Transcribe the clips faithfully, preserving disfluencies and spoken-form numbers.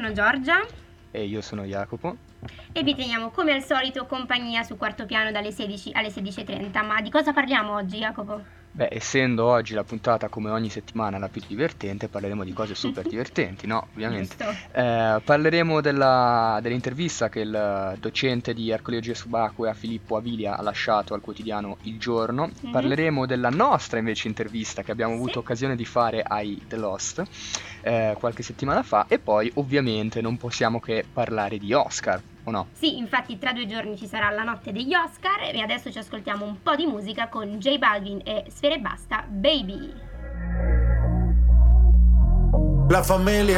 sono Giorgia. E io sono Jacopo. E vi teniamo come al solito compagnia su Quarto Piano dalle sedici alle sedici e trenta. Ma di cosa parliamo oggi, Jacopo? Beh, essendo oggi la puntata come ogni settimana la più divertente, parleremo di cose super divertenti, no? Ovviamente. Eh, parleremo della, dell'intervista che il docente di archeologia subacquea Filippo Avilia ha lasciato al quotidiano Il Giorno. Mm-hmm. Parleremo della nostra invece intervista che abbiamo avuto sì. occasione di fare ai The Lost eh, qualche settimana fa. E poi ovviamente non possiamo che parlare di Oscar. O no? Sì, infatti tra due giorni ci sarà la notte degli Oscar e adesso ci ascoltiamo un po' di musica con J Balvin e Sfera Ebbasta, Baby. La famiglia.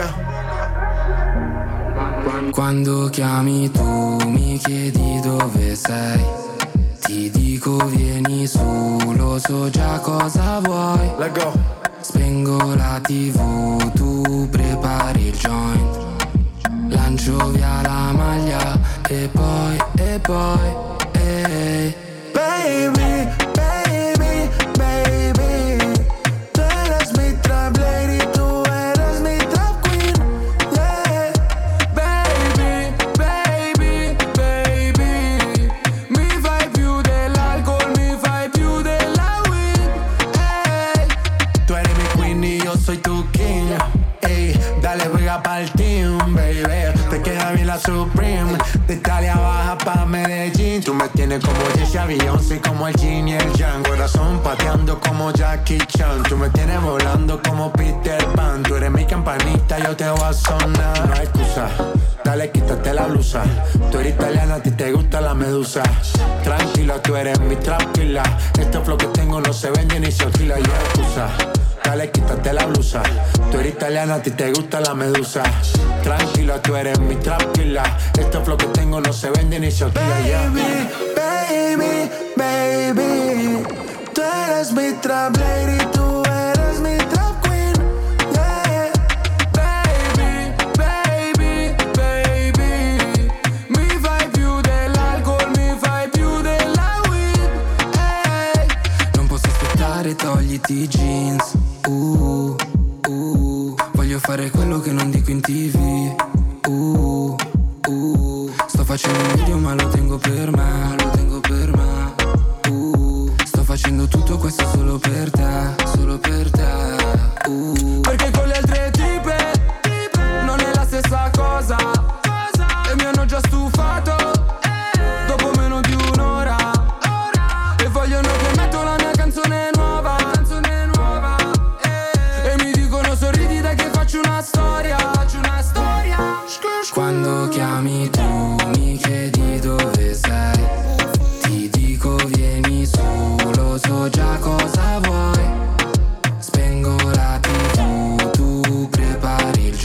Quando chiami tu mi chiedi dove sei, ti dico vieni su, lo so già cosa vuoi. Let go. Spengo la tivù, tu prepari il joint, lancio via la maglia e poi, e poi, ehi. Baby, baby, baby, tú eres mi trap lady, tú eres mi trap queen, yeah. Baby, baby, baby, mi fai più dell'alcol, mi fai più della weed, ehi. Tú eres mi queen y yo soy tu king, ey, dale juega pa'l team, baby. Te queda bien la Supreme, de Italia baja pa' Medellín. Tú me tienes como Jessie Beyoncé, como el Jin y el Yang. Corazón pateando como Jackie Chan. Tú me tienes volando como Peter Pan. Tú eres mi campanita, yo te voy a sonar. No hay excusa, dale quítate la blusa. Tú eres italiana, a ti te gusta la medusa. Tranquila, tú eres mi tranquila. Este flow que tengo no se vende ni se alquila. No hay excusa, dale quítate la blusa. Tú eres italiana, a ti te gusta la medusa. Tranquila, tú eres mi tranquila. Este flow que tengo no se vende ni se alquila. Baby, yeah. baby, baby, tú eres mi trap lady, tú eres mi trap queen, yeah. Baby, baby, baby, mi fai più dell'alcol, mi fai più della weed, hey. Non posso aspettare, togliti i jeans, uh, uh, voglio fare quello che non dico in tivù, uh, uh, sto facendo un video ma lo tengo per me, lo tengo per me, uh, sto facendo tutto questo solo per te, solo per te, uh, perché con le altre tipe, tipe non è la stessa cosa, cosa, e mi hanno già stufato, eh, dopo meno di un'ora, ora, e vogliono che metto la mia canzone nuova, canzone nuova, eh, e mi dicono sorridi dai che faccio una storia, faccio una storia. Quando chiami tu mi chiedi dove sei, ti dico vieni su, lo so già cosa vuoi. Spengo la tivù, tu prepari il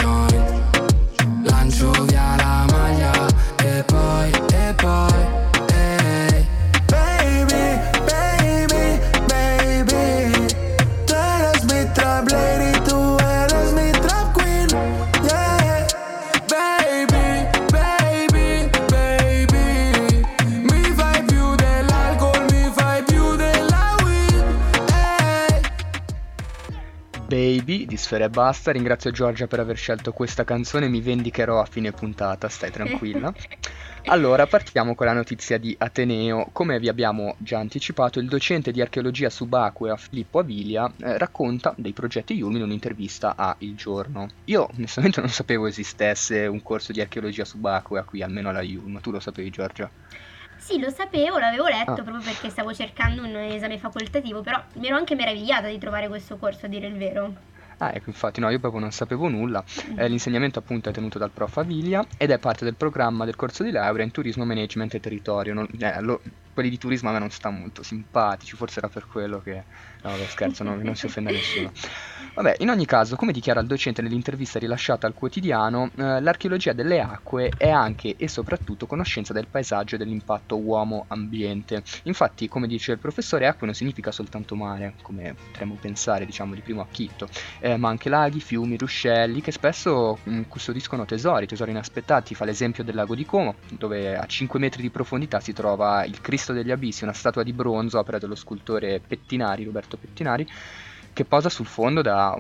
joint, lancio via la maglia e poi, e poi, ehi. Baby, baby, baby, tú eres mi trap lady, tú eres mi trap queen, yeah. Baby, baby, baby, mi fai più dell'alcol, mi fai più della weed, hey. Baby di Sfera Ebbasta. Ringrazio Giorgia per aver scelto questa canzone, mi vendicherò a fine puntata, stai tranquilla. Allora, partiamo con la notizia di Ateneo. Come vi abbiamo già anticipato, il docente di archeologia subacquea Filippo Avilia eh, racconta dei progetti Yulm in un'intervista a Il Giorno. Io onestamente non sapevo esistesse un corso di archeologia subacquea qui, almeno alla Yulm. Tu lo sapevi, Giorgia? Sì, lo sapevo, l'avevo letto Ah. proprio perché stavo cercando un esame facoltativo, però mi ero anche meravigliata di trovare questo corso, a dire il vero. Ah, ecco, infatti, no, io proprio non sapevo nulla. Eh, l'insegnamento appunto è tenuto dal prof Avilia ed è parte del programma del corso di laurea in turismo, management e territorio. Non- eh, lo- quelli di turismo a me non stanno molto simpatici, forse era per quello che... No, vabbè, scherzo, no, non si offende nessuno. Vabbè, in ogni caso, come dichiara il docente nell'intervista rilasciata al quotidiano, eh, l'archeologia delle acque è anche e soprattutto conoscenza del paesaggio e dell'impatto uomo-ambiente. Infatti, come dice il professore, acque non significa soltanto mare, come potremmo pensare, diciamo, di primo acchito, eh, ma anche laghi, fiumi, ruscelli, che spesso mh, custodiscono tesori, tesori inaspettati. Fa l'esempio del lago di Como, dove a cinque metri di profondità si trova il Cristo degli Abissi, una statua di bronzo, opera dello scultore Pettinari, Roberto Pettinari, che posa sul fondo da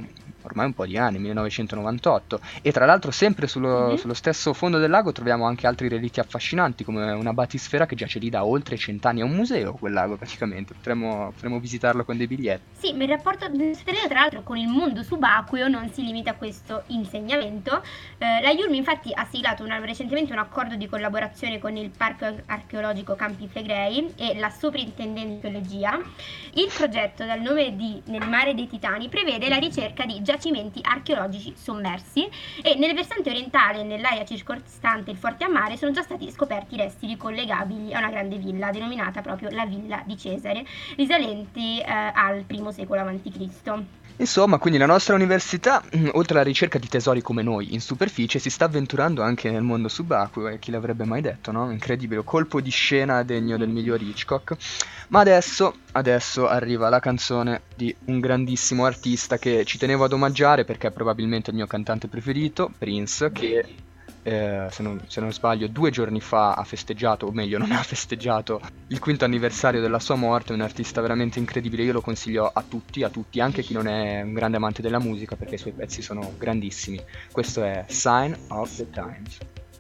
ormai un po' di anni, millenovecentonovantotto, e tra l'altro sempre sullo, Mhm. sullo stesso fondo del lago troviamo anche altri relitti affascinanti come una batisfera che giace lì da oltre cent'anni, è un museo quel lago praticamente, potremmo, potremmo visitarlo con dei biglietti. Sì, ma il rapporto del sottomarino tra l'altro con il mondo subacqueo non si limita a questo insegnamento. Eh, la Iurmi infatti ha siglato una- recentemente un accordo di collaborazione con il Parco Archeologico Campi Flegrei e la Soprintendenza di Archeologia. Il progetto dal nome di Nel mare dei Titani prevede la ricerca di giacimenti archeologici sommersi e nel versante orientale e nell'area circostante il Forte a Mare sono già stati scoperti resti ricollegabili a una grande villa denominata proprio la Villa di Cesare, risalenti eh, al primo secolo avanti Cristo. Insomma, quindi la nostra università, mm, oltre alla ricerca di tesori come noi in superficie, si sta avventurando anche nel mondo subacqueo, e chi l'avrebbe mai detto, no? Incredibile, colpo di scena degno del miglior Hitchcock. Ma adesso, adesso arriva la canzone di un grandissimo artista che ci tenevo ad omaggiare perché è probabilmente il mio cantante preferito, Prince, che eh, se non, se non sbaglio due giorni fa ha festeggiato, o meglio non ha festeggiato, il quinto anniversario della sua morte. È un artista veramente incredibile, io lo consiglio a tutti, a tutti, anche chi non è un grande amante della musica, perché i suoi pezzi sono grandissimi. Questo è Sign of the Times.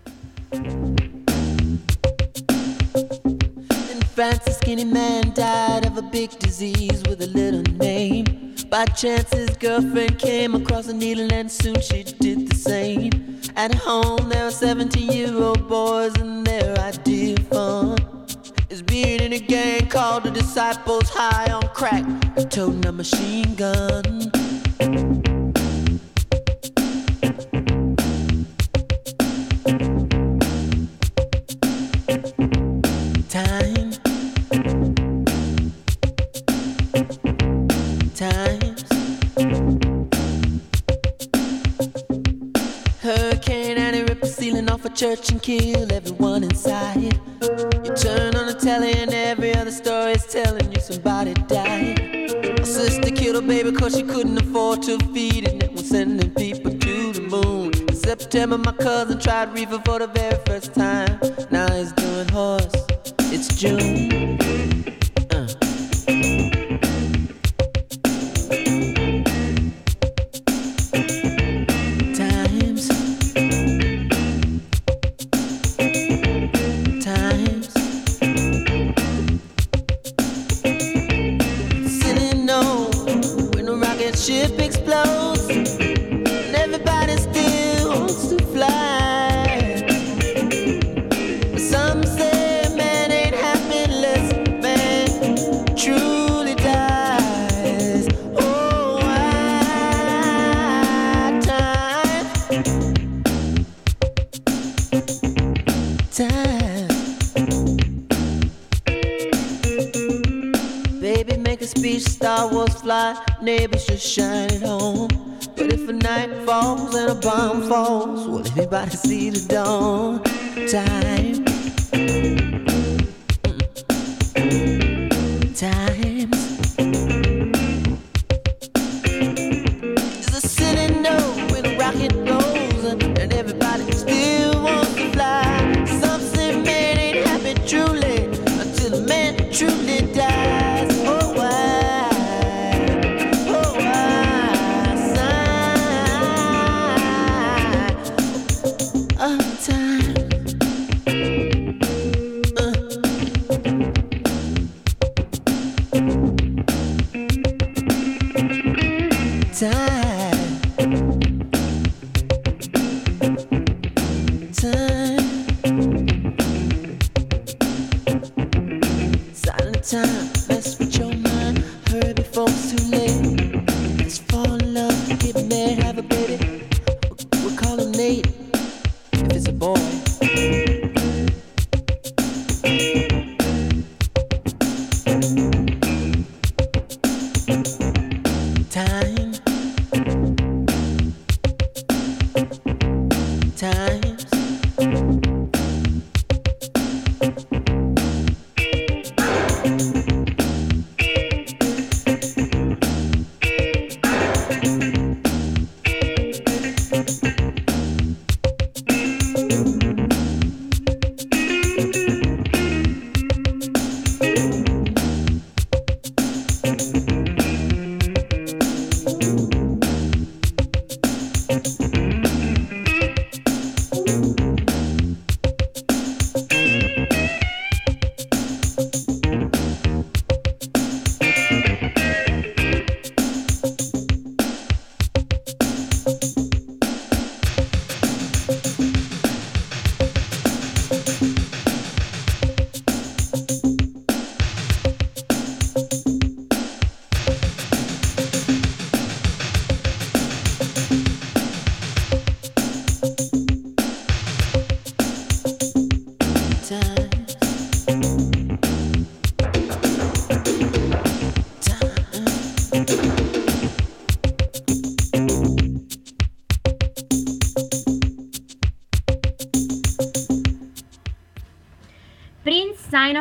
In France, a skinny man died of a big disease with a little name. By chance, his girlfriend came across a needle and soon she did the same. At home, there were seventeen-year-old boys and their idea of fun is being in a gang called the Disciples, high on crack, and toting a machine gun. Time, times, Hurricane Annie ripped the ceiling off a church and killed everyone inside. You turn on the telly and every other story is telling you somebody died. My sister killed her baby cause she couldn't afford to feed it, and was sending people to the moon. In September my cousin tried reefer for the very first time. Now he's doing horse. It's June. Uh. Times, times, sitting on when a rocket ship explodes and everybody still wants to fly. Some say man ain't happy unless man truly dies. Oh, why time, time. Baby, make a speech, Star Wars fly, neighbors just shine it home. But if a night falls and a bomb falls, will anybody see the dawn? Time, times. There's a city note when a rocket goes and everybody still wants to fly. Some say man ain't happy truly until the man truly dies. Oh, why? Oh, why? Sign of time. Uh. Time, time, silent time, mess with your mind, hurry before it's too late. Let's fall in love, get married, have a baby. We'll call him Nate, if it's a boy. Time, times,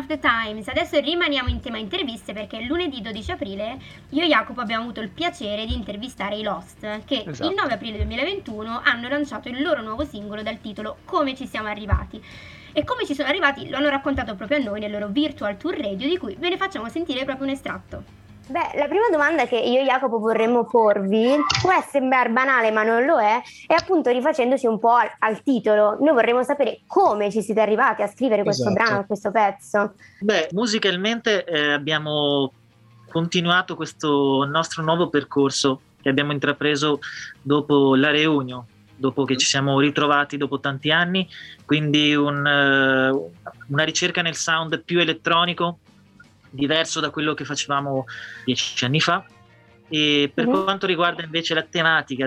of the Times. Adesso rimaniamo in tema interviste perché lunedì dodici aprile io e Jacopo abbiamo avuto il piacere di intervistare i Lost, che esatto. il nove aprile duemilaventuno hanno lanciato il loro nuovo singolo dal titolo Come ci siamo arrivati. E come ci sono arrivati lo hanno raccontato proprio a noi nel loro virtual tour radio, di cui ve ne facciamo sentire proprio un estratto. Beh, la prima domanda che io e Jacopo vorremmo porvi può sembrare banale ma non lo è, e appunto rifacendosi un po' al, al titolo, noi vorremmo sapere come ci siete arrivati a scrivere questo esatto. brano, questo pezzo. Beh, musicalmente eh, abbiamo continuato questo nostro nuovo percorso che abbiamo intrapreso dopo la reunion, dopo che ci siamo ritrovati dopo tanti anni, quindi un, uh, una ricerca nel sound più elettronico, diverso da quello che facevamo dieci anni fa. E per mm-hmm. quanto riguarda invece la tematica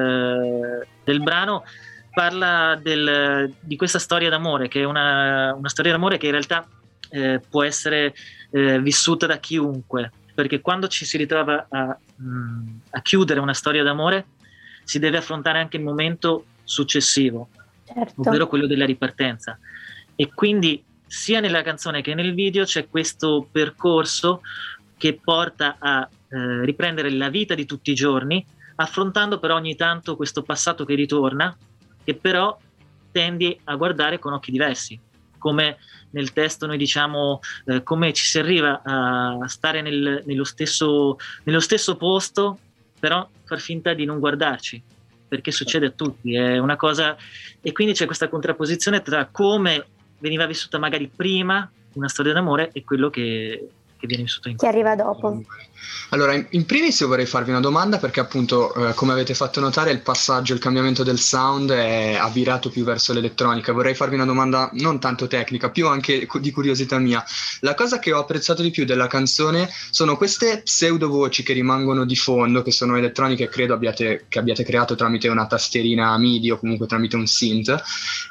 del, del brano, parla del, di questa storia d'amore, che è una, una storia d'amore che in realtà eh, può essere eh, vissuta da chiunque, perché quando ci si ritrova a, mh, a chiudere una storia d'amore si deve affrontare anche il momento successivo, certo. ovvero quello della ripartenza, e quindi sia nella canzone che nel video c'è questo percorso che porta a eh, riprendere la vita di tutti i giorni, affrontando però ogni tanto questo passato che ritorna, che però tendi a guardare con occhi diversi. Come nel testo noi diciamo eh, come ci si arriva a stare nel, nello, stesso, nello stesso posto, però far finta di non guardarci, perché succede a tutti, è una cosa, e quindi c'è questa contrapposizione tra come veniva vissuta magari prima una storia d'amore e quello che, che viene vissuto in che arriva dopo. Allora, in, in primis io vorrei farvi una domanda, perché appunto eh, come avete fatto notare il passaggio, il cambiamento del sound è avvirato più verso l'elettronica. Vorrei farvi una domanda non tanto tecnica, più anche cu- di curiosità mia. La cosa che ho apprezzato di più della canzone sono queste pseudo voci che rimangono di fondo, che sono elettroniche, credo abbiate, che abbiate creato tramite una tastierina MIDI o comunque tramite un synth,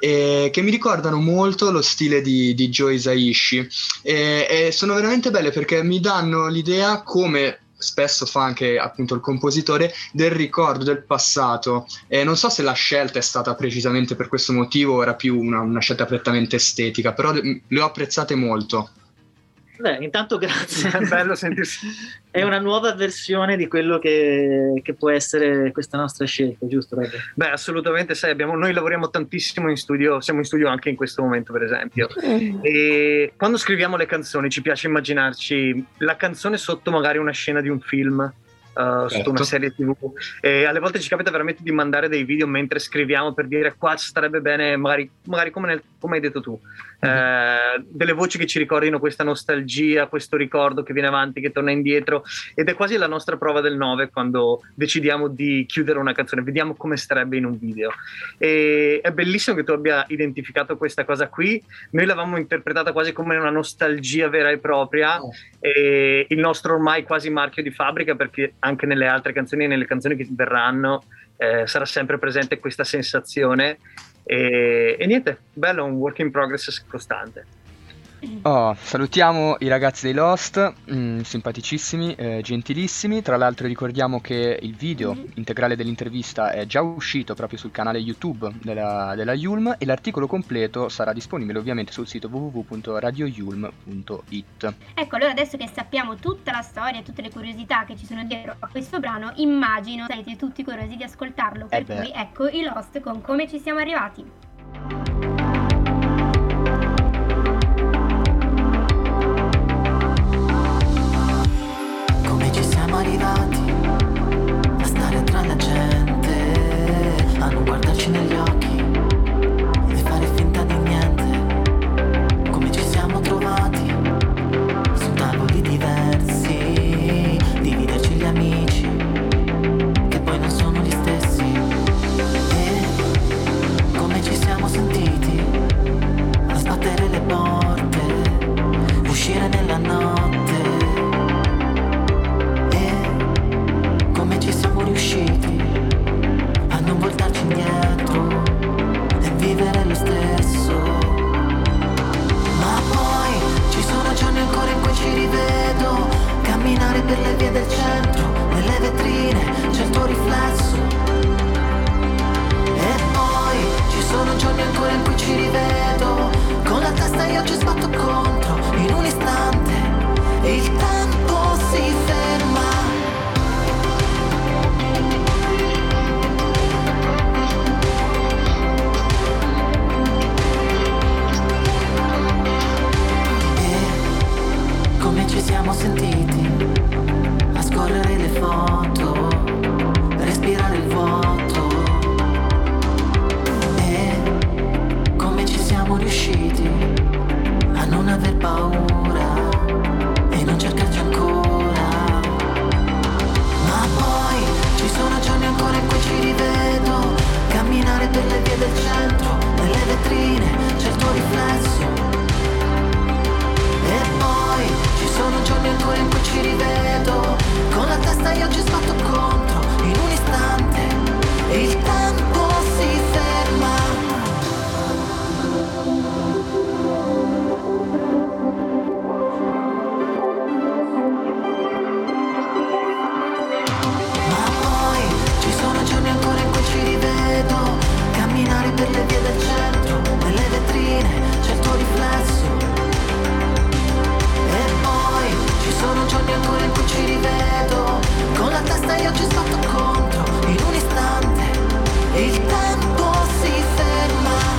e che mi ricordano molto lo stile di, di Joe Hisaishi, e, e sono veramente belle perché mi danno l'idea, come spesso fa anche appunto il compositore, del ricordo del passato. E non so se la scelta è stata precisamente per questo motivo o era più una, una scelta prettamente estetica, però le ho apprezzate molto. Beh, intanto grazie. È bello sentirsi. È una nuova versione di quello che, che può essere questa nostra scelta, giusto Roger? Beh, assolutamente, sai, abbiamo, noi lavoriamo tantissimo in studio, siamo in studio anche in questo momento per esempio, e quando scriviamo le canzoni ci piace immaginarci la canzone sotto magari una scena di un film, Uh, certo. sotto una serie tivù, e alle volte ci capita veramente di mandare dei video mentre scriviamo per dire qua ci starebbe bene magari, magari come, nel, come hai detto tu, mm-hmm. eh, delle voci che ci ricordino questa nostalgia, questo ricordo che viene avanti, che torna indietro, ed è quasi la nostra prova del nove quando decidiamo di chiudere una canzone, vediamo come starebbe in un video. E è bellissimo che tu abbia identificato questa cosa qui. Noi l'avevamo interpretata quasi come una nostalgia vera e propria, oh. e il nostro ormai quasi marchio di fabbrica, perché anche nelle altre canzoni e nelle canzoni che verranno eh, sarà sempre presente questa sensazione, e, e niente, bello, un work in progress costante. Oh, salutiamo i ragazzi dei Lost, mm, simpaticissimi, eh, gentilissimi. Tra l'altro ricordiamo che il video integrale dell'intervista è già uscito proprio sul canale YouTube della, della Yulm, e l'articolo completo sarà disponibile ovviamente sul sito w w w punto radio yulm punto i t. Ecco, allora adesso che sappiamo tutta la storia e tutte le curiosità che ci sono dietro a questo brano, immagino siete tutti curiosi di ascoltarlo, per eh cui ecco i Lost con Come ci siamo arrivati. Arrivati a stare tra la gente, a non guardarci negli occhi e fare finta di niente. Come ci siamo trovati su tavoli diversi, dividerci gli amici che poi non sono gli stessi, e come ci siamo sentiti a sbattere le porte, uscire nella notte, riusciti a non voltarci indietro e vivere lo stesso. Ma poi ci sono giorni ancora in cui ci rivedo ci siamo sentiti a scorrere le foto, respirare il vuoto. E come ci siamo riusciti a non aver paura e non cercarci ancora. Ma poi ci sono giorni ancora in cui ci rivedo camminare per le vie del centro, nelle vetrine c'è il tuo riflesso. E poi ci sono giorni ancora in cui ci rivedo con la testa io ci sbatto contro. In un istante il tempo si ferma. Ma poi ci sono giorni ancora in cui ci rivedo camminare per le vie del centro, nelle vetrine c'è il tuo riflesso. E poi ci sono giorni ancora in cui ci rivedo con la testa io ci sbatto contro. In un istante il tempo si ferma.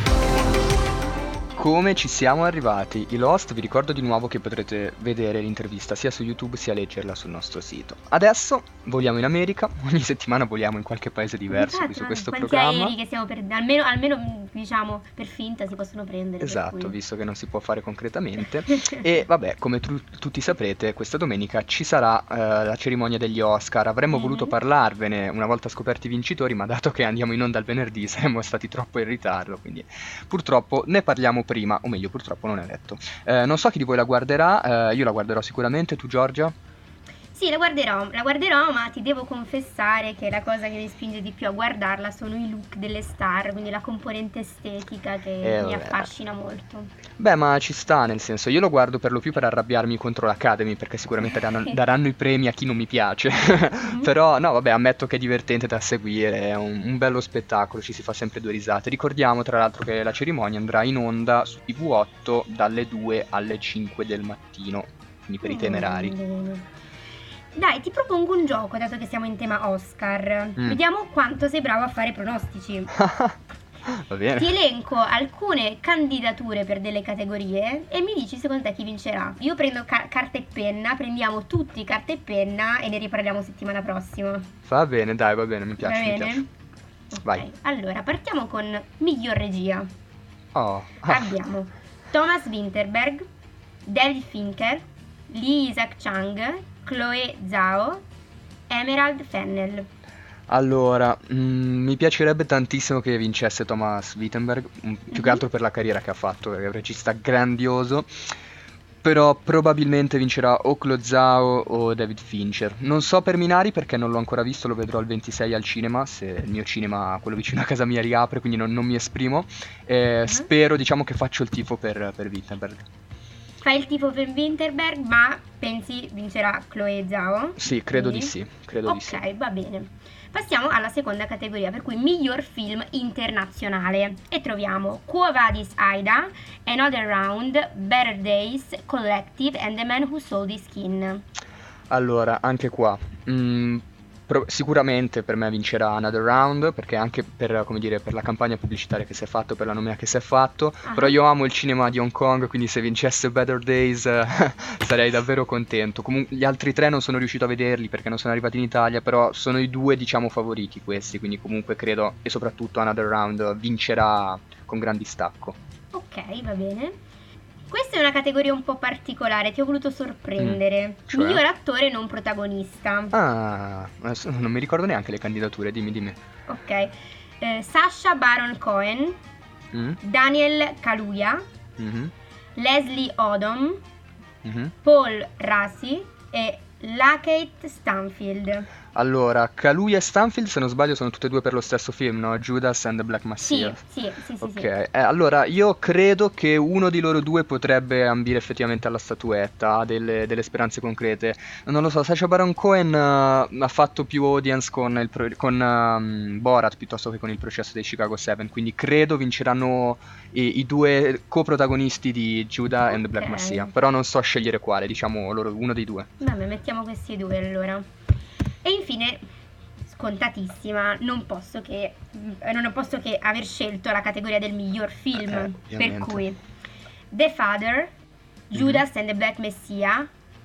Come ci siamo arrivati? I Lost, vi ricordo di nuovo che potrete vedere l'intervista sia su YouTube sia leggerla sul nostro sito. Adesso voliamo in America, ogni settimana voliamo in qualche paese diverso qui su questo quanti programma. aerei che stiamo per almeno, almeno diciamo per finta si possono prendere. per Esatto, cui- visto che non si può fare concretamente. E vabbè, come tu- tutti saprete, questa domenica ci sarà eh, la cerimonia degli Oscar. Avremmo Mhm. voluto parlarvene una volta scoperti i vincitori, ma dato che andiamo in onda il venerdì saremmo stati troppo in ritardo, quindi purtroppo ne parliamo prima, o meglio purtroppo non è detto. Eh, non so chi di voi la guarderà, eh, io la guarderò sicuramente, tu Giorgia? Sì, la guarderò, la guarderò, ma ti devo confessare che la cosa che mi spinge di più a guardarla sono i look delle star, quindi la componente estetica che Eh, mi vabbè. affascina molto. Beh, ma ci sta, nel senso, io lo guardo per lo più per arrabbiarmi contro l'Academy, perché sicuramente daranno, daranno i premi a chi non mi piace. Però, no, vabbè, ammetto che è divertente da seguire, è un, un bello spettacolo, ci si fa sempre due risate. Ricordiamo, tra l'altro, che la cerimonia andrà in onda su T V otto dalle due alle cinque del mattino, quindi per i temerari. Mm, bene. Dai, ti propongo un gioco, dato che siamo in tema Oscar. Mm. Vediamo quanto sei bravo a fare pronostici. Va bene. Ti elenco alcune candidature per delle categorie e mi dici secondo te chi vincerà. Io prendo ca- carta e penna, prendiamo tutti carta e penna e ne riparliamo settimana prossima. Va bene, dai, va bene, mi piace, Va mi bene? piace. Ok, Vai. allora partiamo con miglior regia. Oh. ah, Abbiamo Thomas Winterberg, David Fincher, Lee Isaac Chung, Chloe Zhao, Emerald Fennell. Allora, mm, mi piacerebbe tantissimo che vincesse Thomas Wittenberg, mm, più che Mhm. altro per la carriera che ha fatto, perché è un regista grandioso, però probabilmente vincerà o Chloe Zhao o David Fincher. Non so per Minari perché non l'ho ancora visto, lo vedrò il ventisei al cinema, se il mio cinema, quello vicino a casa mia, riapre, quindi non, non mi esprimo. Eh, Mhm. Spero, diciamo, che faccio il tifo per, per Wittenberg. Fai il tifo per Winterberg, ma pensi vincerà Chloe Zhao? Sì, credo Quindi? di sì, credo di sì. Ok, va bene. Passiamo alla seconda categoria, per cui miglior film internazionale. E troviamo Quo Vadis Aida, Another Round, Better Days, Collective and The Man Who Sold His Skin. Allora, anche qua, mm, pro- sicuramente per me vincerà Another Round, perché anche per, come dire, per la campagna pubblicitaria che si è fatto, per la nomea che si è fatto, Ah. però io amo il cinema di Hong Kong, quindi se vincesse Better Days eh, sarei davvero contento. Comunque gli altri tre non sono riuscito a vederli perché non sono arrivati in Italia, però sono i due, diciamo, favoriti questi, quindi comunque credo, e soprattutto Another Round vincerà con gran distacco. Ok, va bene. Questa è una categoria un po' particolare, ti ho voluto sorprendere. Mm, cioè? Miglior attore non protagonista. Ah, adesso non mi ricordo neanche le candidature, dimmi, dimmi. Ok. Eh, Sacha Baron Cohen, Mm? Daniel Kaluuya, Mhm, Leslie Odom, mhm. Paul Rassi e Lakeith Stanfield. Allora, Kaluuya e Stanfield, se non sbaglio, sono tutte e due per lo stesso film, no? Judas and the Black Sì, Messiah. sì, sì, sì, Ok, sì. eh, allora io credo che uno di loro due potrebbe ambire effettivamente alla statuetta, ha delle, delle speranze concrete. Non lo so, Sacha Baron Cohen eh, ha fatto più audience con, il pro- con ehm, Borat piuttosto che con il processo dei Chicago Seven, quindi credo vinceranno i, i due coprotagonisti di Judas and the Black Ok. Messiah, però non so scegliere quale, diciamo loro, uno dei due. Vabbè, mettiamo questi due allora. E infine, scontatissima, non posso che eh, non posso che aver scelto la categoria del miglior film, Eh, per ovviamente. cui The Father, Judas and the Black Messiah,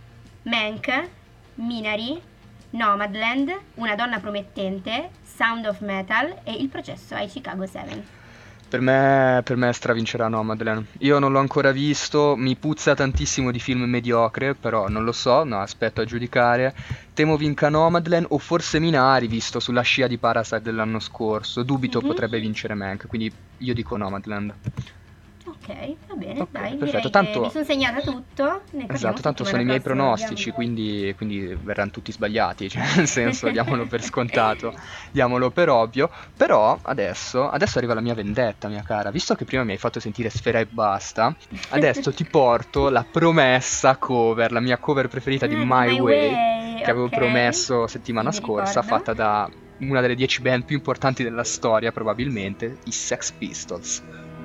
Mank, Minari, Nomadland, Una donna promettente, Sound of Metal e Il processo ai Chicago sette. Per me, per me stravincerà Nomadland. Io non l'ho ancora visto, mi puzza tantissimo di film mediocre, però non lo so, no, aspetto a giudicare. Temo vinca Nomadland o forse Minari, visto sulla scia di Parasite dell'anno scorso. Dubito Mhm. potrebbe vincere Mank, quindi io dico Nomadland. Ok, va bene, Ok, dai, perfetto, direi tanto- che mi sono segnata tutto. Ne parliamo Esatto, tanto sono settimana i miei prossima, pronostici, vediamo. quindi, quindi verranno tutti sbagliati, cioè nel senso diamolo per scontato, diamolo per ovvio, però adesso, adesso arriva la mia vendetta, mia cara, visto che prima mi hai fatto sentire Sfera e Basta, adesso ti porto la promessa cover, la mia cover preferita di Ah, My, Way, che avevo ok. promesso settimana Sì, mi scorsa, ricordo. fatta da una delle dieci band più importanti della storia, probabilmente, i Sex Pistols.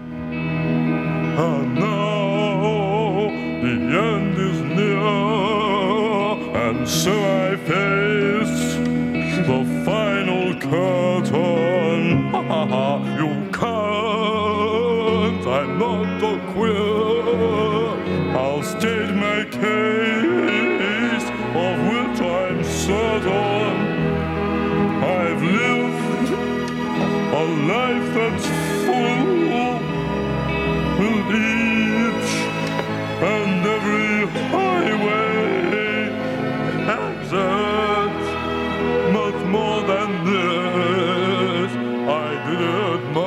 And now the end is near, and so I face the final curtain. Ha ha ha, you can't, I'm not a queer. I'll state my case, of which I'm certain. I've lived a life that's full. And each and every highway has it, much more than this. I did it my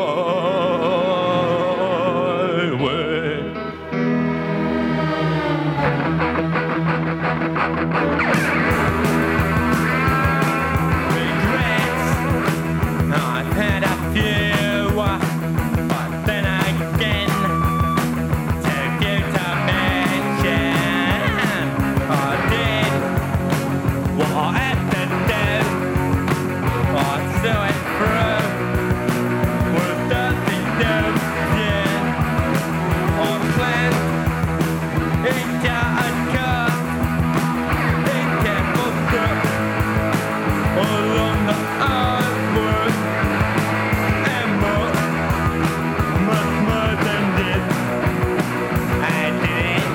way. Regrets, I've had a few, but then again, to give to mention, I did what I had to do. I saw it through with nothing new, yeah. I planned it got a cut, it kept booked up along the artwork, and more, much more than this. I didn't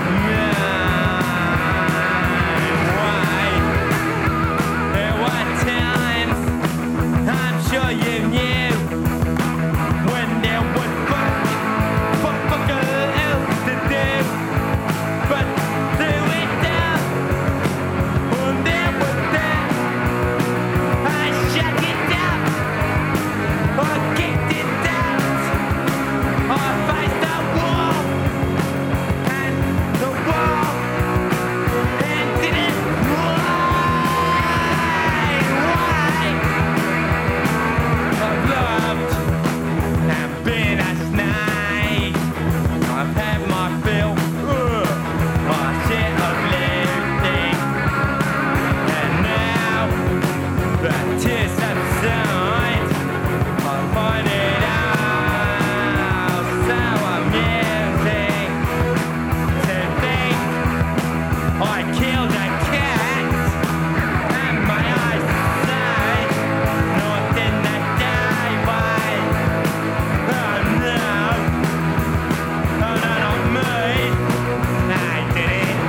know why. There were times I'm sure you knew when there was fuck, fuck, fuck else to do, but through it down, when there was that, I shut it down, or kicked it down, or faced the wall, and the wall, and didn't why, why? I've loved and been a snake. I've had my fill, uh, my shit of living, and now the tears subside. I find it out so amusing to think I killed a cat, and my eyes say not in the daylight. Oh no, oh no, not me. I didn't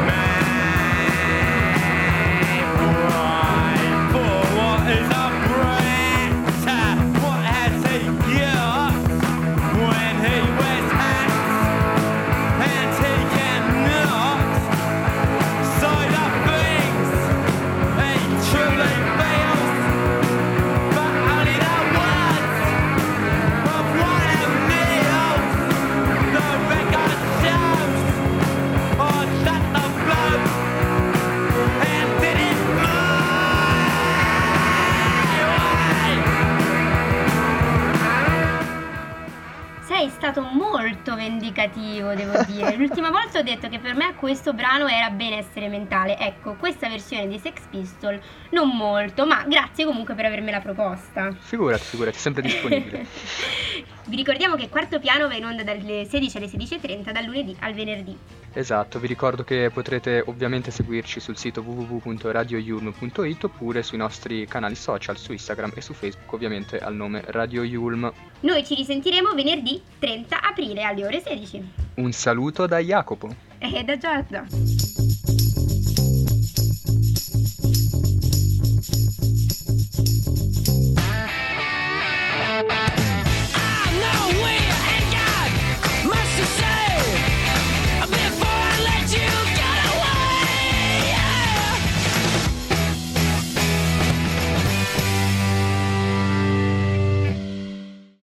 mind. Right, for what is a brat? What has he got when he wears hats and he cannot side up things? He truly feels, but only the words of one of Neil's. The record shows, or that the blood and didn't Sei stato molto vendicativo, devo dire. L'ultima volta ho detto che per me questo brano era benessere mentale. Ecco, questa versione di Sex Pistol non molto, ma grazie comunque per avermela proposta. Figurati, figurati, sempre disponibile. Vi ricordiamo che Quarto Piano va in onda dalle sedici alle sedici e trenta, dal lunedì al venerdì. Esatto, vi ricordo che potrete ovviamente seguirci sul sito w w w punto radio yulm punto it oppure sui nostri canali social, su Instagram e su Facebook, ovviamente al nome Radio Yulm. Noi ci risentiremo venerdì trenta aprile alle ore sedici. Un saluto da Jacopo. E da Giorgia.